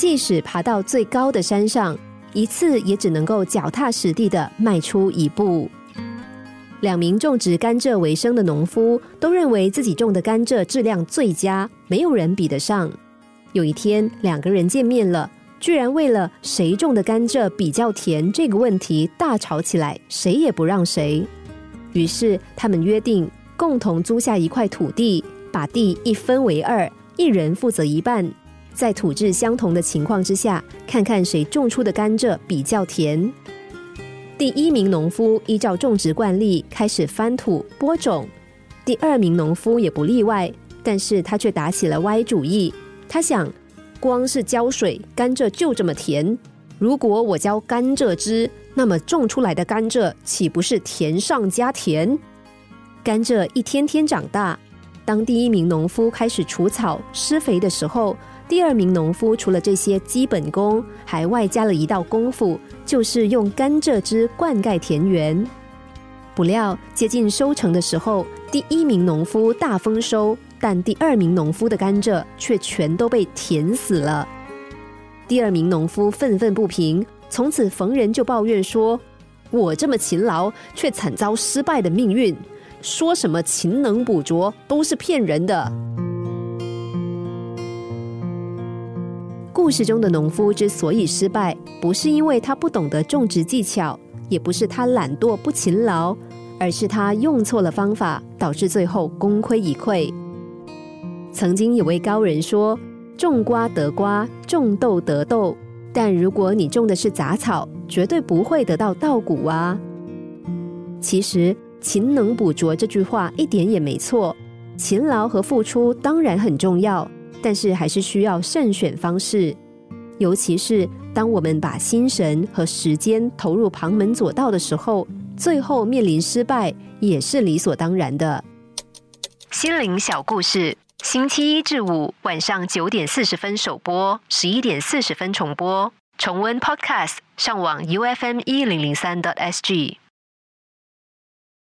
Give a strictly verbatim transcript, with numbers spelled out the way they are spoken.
即使爬到最高的山上，一次也只能够脚踏实地地迈出一步。两名种植甘蔗为生的农夫都认为自己种的甘蔗质量最佳，没有人比得上。有一天，两个人见面了，居然为了谁种的甘蔗比较甜这个问题大吵起来，谁也不让谁。于是他们约定共同租下一块土地，把地一分为二，一人负责一半，在土质相同的情况之下，看看谁种出的甘蔗比较甜。第一名农夫依照种植惯例开始翻土播种，第二名农夫也不例外，但是他却打起了歪主意。他想，光是浇水，甘蔗就这么甜，如果我浇甘蔗汁，那么种出来的甘蔗岂不是甜上加甜？甘蔗一天天长大，当第一名农夫开始除草施肥的时候，第二名农夫除了这些基本功，还外加了一道功夫，就是用甘蔗汁灌溉田园。不料接近收成的时候，第一名农夫大丰收，但第二名农夫的甘蔗却全都被甜死了。第二名农夫愤愤不平，从此逢人就抱怨说，我这么勤劳，却惨遭失败的命运，说什么勤能补拙，都是骗人的。故事中的农夫之所以失败，不是因为他不懂得种植技巧，也不是他懒惰不勤劳，而是他用错了方法，导致最后功亏一篑。曾经有位高人说，种瓜得瓜，种豆得豆，但如果你种的是杂草，绝对不会得到稻谷啊。其实勤能补拙这句话一点也没错，勤劳和付出当然很重要，但是还是需要慎选方式，尤其是当我们把心神和时间投入旁门左道的时候，最后面临失败也是理所当然的。心灵小故事，星期一至五晚上九点四十分首播，十一点四十分重播。重温 Podcast， 上网 U F M 一零零三 点 S G。